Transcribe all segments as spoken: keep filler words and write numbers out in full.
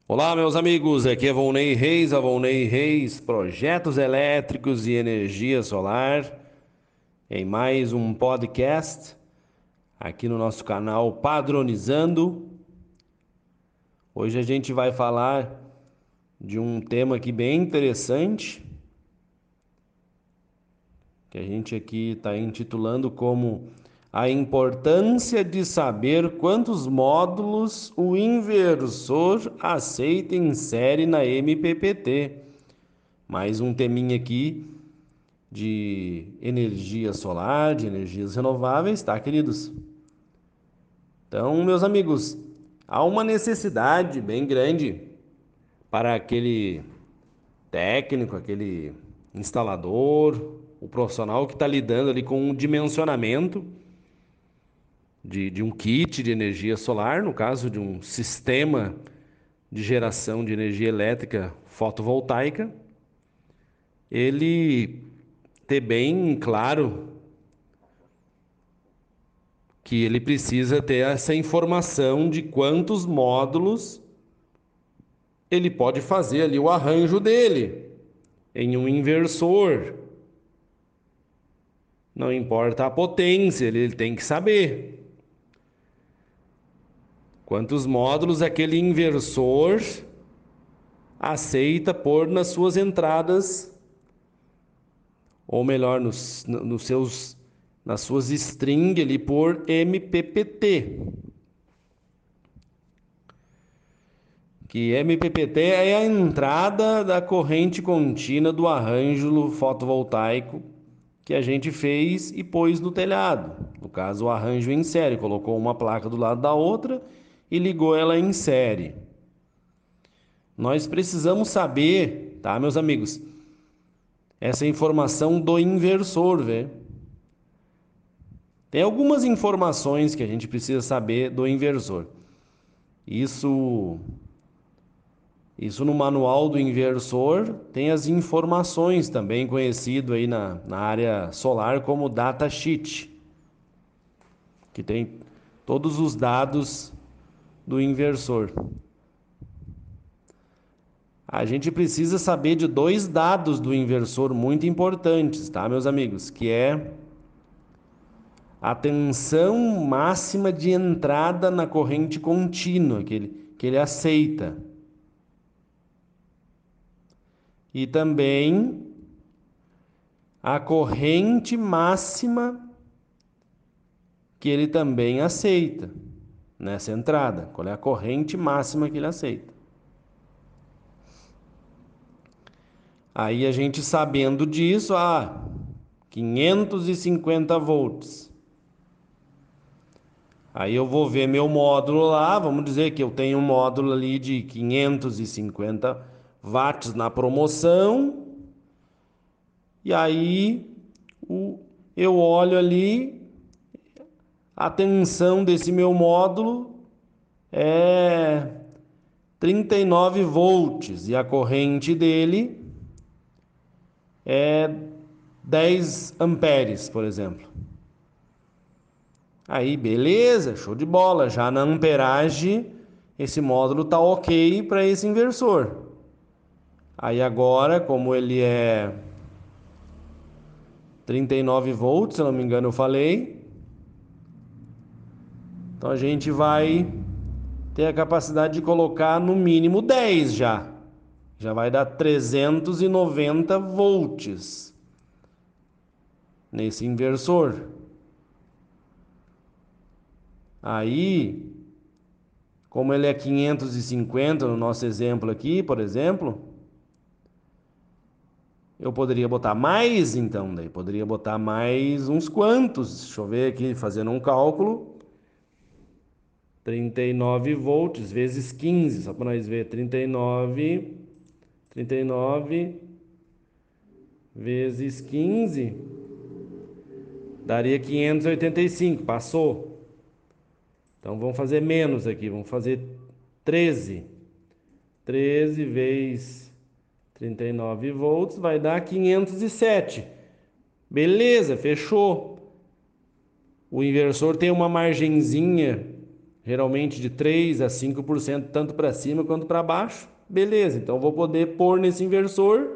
Olá, meus amigos, aqui é Volney Reis, a Volney Reis, projetos elétricos e energia solar, em mais um podcast aqui no nosso canal Padronizando. Hoje a gente vai falar de um tema aqui bem interessante, que a gente aqui está intitulando como a importância de saber quantos módulos o inversor aceita em série na M P P T. Mais um teminha aqui de energia solar, de energias renováveis, tá, queridos? Então, meus amigos, há uma necessidade bem grande para aquele técnico, aquele instalador, o profissional que está lidando ali com um dimensionamento de, de um kit de energia solar, no caso de um sistema de geração de energia elétrica fotovoltaica, ele ter bem claro que ele precisa ter essa informação de quantos módulos ele pode fazer ali o arranjo dele em um inversor. Não importa a potência, ele tem que saber quantos módulos aquele inversor aceita pôr nas suas entradas, ou melhor, nos, nos seus, nas suas strings ali por M P P T. Que M P P T é a entrada da corrente contínua do arranjo fotovoltaico que a gente fez e pôs no telhado. No caso, o arranjo em série, colocou uma placa do lado da outra e ligou ela em série. Nós precisamos saber, tá, meus amigos, essa informação do inversor, vê? Tem algumas informações que a gente precisa saber do inversor. Isso Isso no manual do inversor tem as informações, também conhecido aí na, na área solar como datasheet, que tem todos os dados do inversor. A gente precisa saber de dois dados do inversor muito importantes, tá, meus amigos? Que é a tensão máxima de entrada na corrente contínua que ele, que ele aceita. E também a corrente máxima que ele também aceita nessa entrada. Qual é a corrente máxima que ele aceita? Aí a gente sabendo disso, ah, quinhentos e cinquenta volts. Aí eu vou ver meu módulo lá, vamos dizer que eu tenho um módulo ali de quinhentos e cinquenta watts na promoção. E aí o, eu olho ali, a tensão desse meu módulo é trinta e nove volts e a corrente dele é dez amperes, por exemplo. Aí, beleza, show de bola. Já na amperagem, esse módulo tá ok para esse inversor. Aí agora, como ele é trinta e nove volts, se eu não me engano, eu falei. Então a gente vai ter a capacidade de colocar no mínimo dez já. Já vai dar trezentos e noventa volts nesse inversor. Aí, como ele é quinhentos e cinquenta no nosso exemplo aqui, por exemplo, eu poderia botar mais então, daí poderia botar mais uns quantos. Deixa eu ver aqui, fazendo um cálculo. trinta e nove volts vezes quinze, só para nós ver, trinta e nove, trinta e nove vezes quinze daria quinhentos e oitenta e cinco, passou. Então vamos fazer menos aqui, vamos fazer treze. treze vezes trinta e nove volts vai dar quinhentos e sete. Beleza, fechou. O inversor tem uma margenzinha geralmente de três a cinco por cento tanto para cima quanto para baixo. Beleza, então vou poder pôr nesse inversor,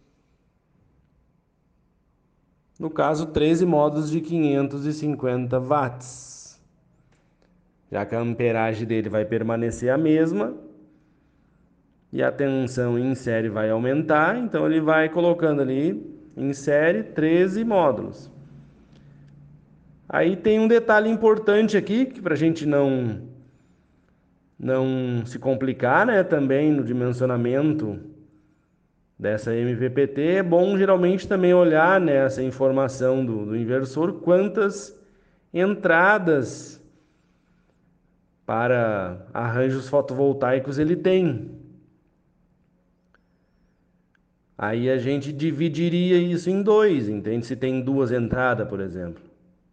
no caso, treze módulos de quinhentos e cinquenta watts. Já que a amperagem dele vai permanecer a mesma e a tensão em série vai aumentar, então ele vai colocando ali em série treze módulos. Aí tem um detalhe importante aqui, que para a gente não, não se complicar, né, também no dimensionamento dessa M P P T, é bom geralmente também olhar nessa informação do, do inversor quantas entradas para arranjos fotovoltaicos ele tem. Aí a gente dividiria isso em dois, entende? Se tem duas entradas, por exemplo.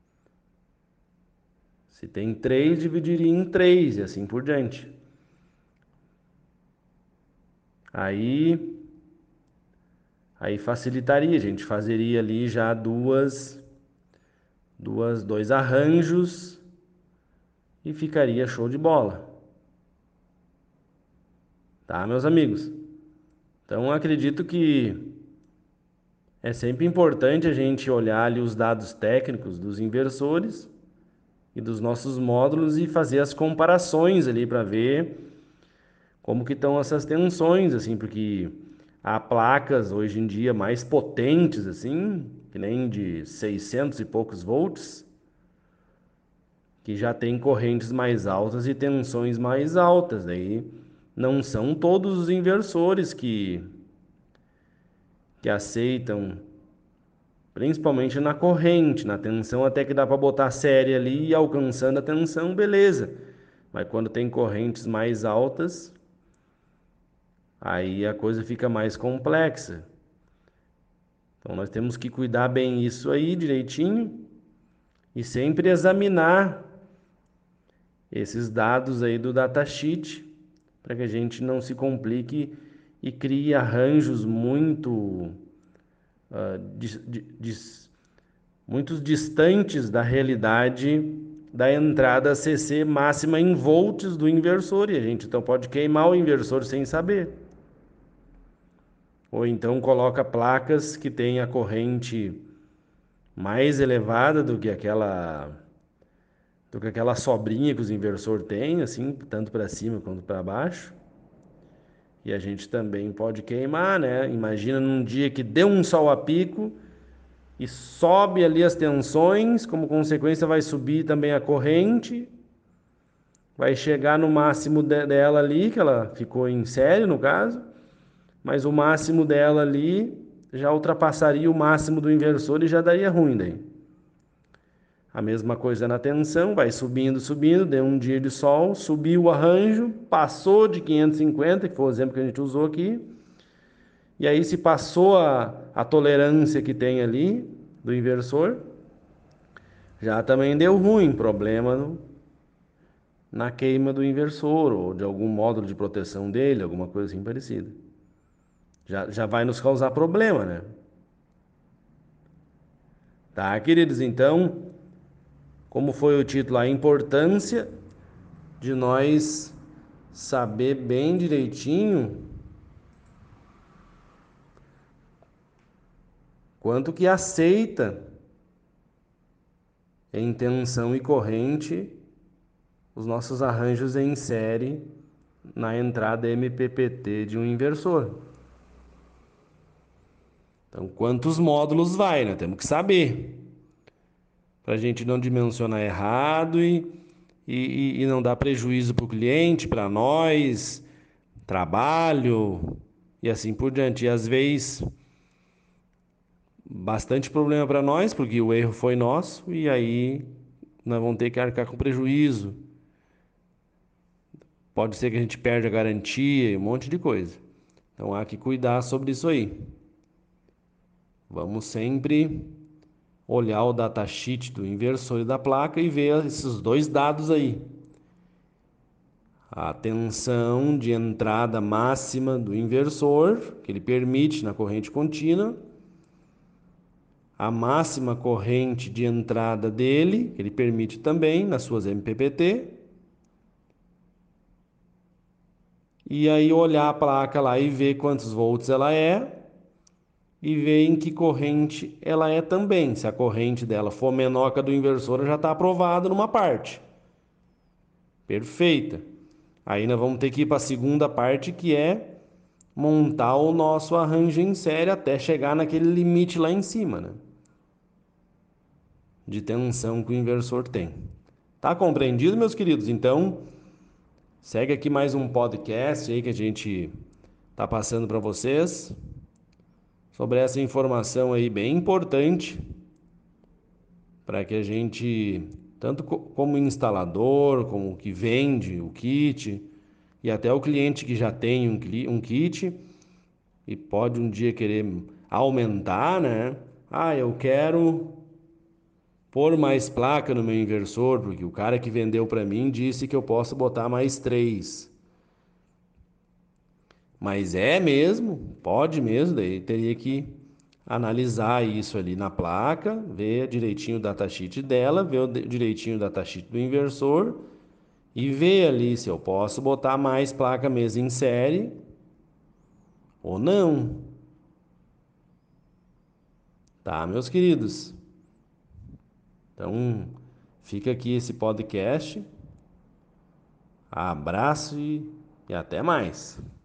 Se tem três, dividiria em três e assim por diante. Aí, aí facilitaria, a gente fazeria ali já duas, duas, dois arranjos e ficaria show de bola. Tá, meus amigos? Então, acredito que é sempre importante a gente olhar ali os dados técnicos dos inversores e dos nossos módulos e fazer as comparações ali para ver como que estão essas tensões, assim, porque há placas hoje em dia mais potentes, assim, que nem de seiscentos e poucos volts, que já tem correntes mais altas e tensões mais altas. Daí não são todos os inversores que, que aceitam, principalmente na corrente, na tensão até que dá para botar série ali e alcançando a tensão, beleza. Mas quando tem correntes mais altas, aí a coisa fica mais complexa. Então nós temos que cuidar bem isso aí direitinho e sempre examinar esses dados aí do datasheet para que a gente não se complique e crie arranjos muito uh, dis, dis, muito distantes da realidade da entrada C C máxima em volts do inversor, e a gente então pode queimar o inversor sem saber. Ou então coloca placas que têm a corrente mais elevada do que aquela do que aquela sobrinha que os inversor têm, assim, tanto para cima quanto para baixo. E a gente também pode queimar, né? Imagina num dia que deu um sol a pico e sobe ali as tensões, como consequência vai subir também a corrente, vai chegar no máximo dela ali, que ela ficou em série no caso, mas o máximo dela ali já ultrapassaria o máximo do inversor e já daria ruim daí. A mesma coisa na tensão, vai subindo, subindo, deu um dia de sol, subiu o arranjo, passou de quinhentos e cinquenta, que foi o exemplo que a gente usou aqui, e aí se passou a, a tolerância que tem ali do inversor, já também deu ruim, problema no, na queima do inversor, ou de algum módulo de proteção dele, alguma coisa assim parecida. Já, já vai nos causar problema, né? Tá, queridos? Então, como foi o título, a importância de nós saber bem direitinho quanto que aceita em tensão e corrente os nossos arranjos em série na entrada M P P T de um inversor. Então, quantos módulos vai, né? Temos que saber, para a gente não dimensionar errado e, e, e não dar prejuízo para o cliente, para nós, trabalho e assim por diante. E às vezes, bastante problema para nós, porque o erro foi nosso e aí nós vamos ter que arcar com prejuízo. Pode ser que a gente perde a garantia e um monte de coisa. Então há que cuidar sobre isso aí. Vamos sempre olhar o datasheet do inversor e da placa e ver esses dois dados aí. A tensão de entrada máxima do inversor, que ele permite na corrente contínua, a máxima corrente de entrada dele, que ele permite também nas suas M P P T, e aí olhar a placa lá e ver quantos volts ela é e ver em que corrente ela é também. Se a corrente dela for menor que a do inversor, já está aprovado numa parte. Perfeita. Aí nós vamos ter que ir para a segunda parte, que é montar o nosso arranjo em série até chegar naquele limite lá em cima, né? De tensão que o inversor tem. Tá compreendido, meus queridos? Então, segue aqui mais um podcast aí que a gente tá passando para vocês sobre essa informação aí bem importante para que a gente, tanto como instalador, como que vende o kit, e até o cliente que já tem um, um kit e pode um dia querer aumentar, né? Ah, eu quero pôr mais placa no meu inversor, porque o cara que vendeu para mim disse que eu posso botar mais três. Mas é mesmo? Pode mesmo, daí teria que analisar isso ali na placa, ver direitinho o datasheet dela, ver direitinho o datasheet do inversor e ver ali se eu posso botar mais placa mesmo em série ou não. Tá, meus queridos? Então, fica aqui esse podcast. Abraço e, e até mais.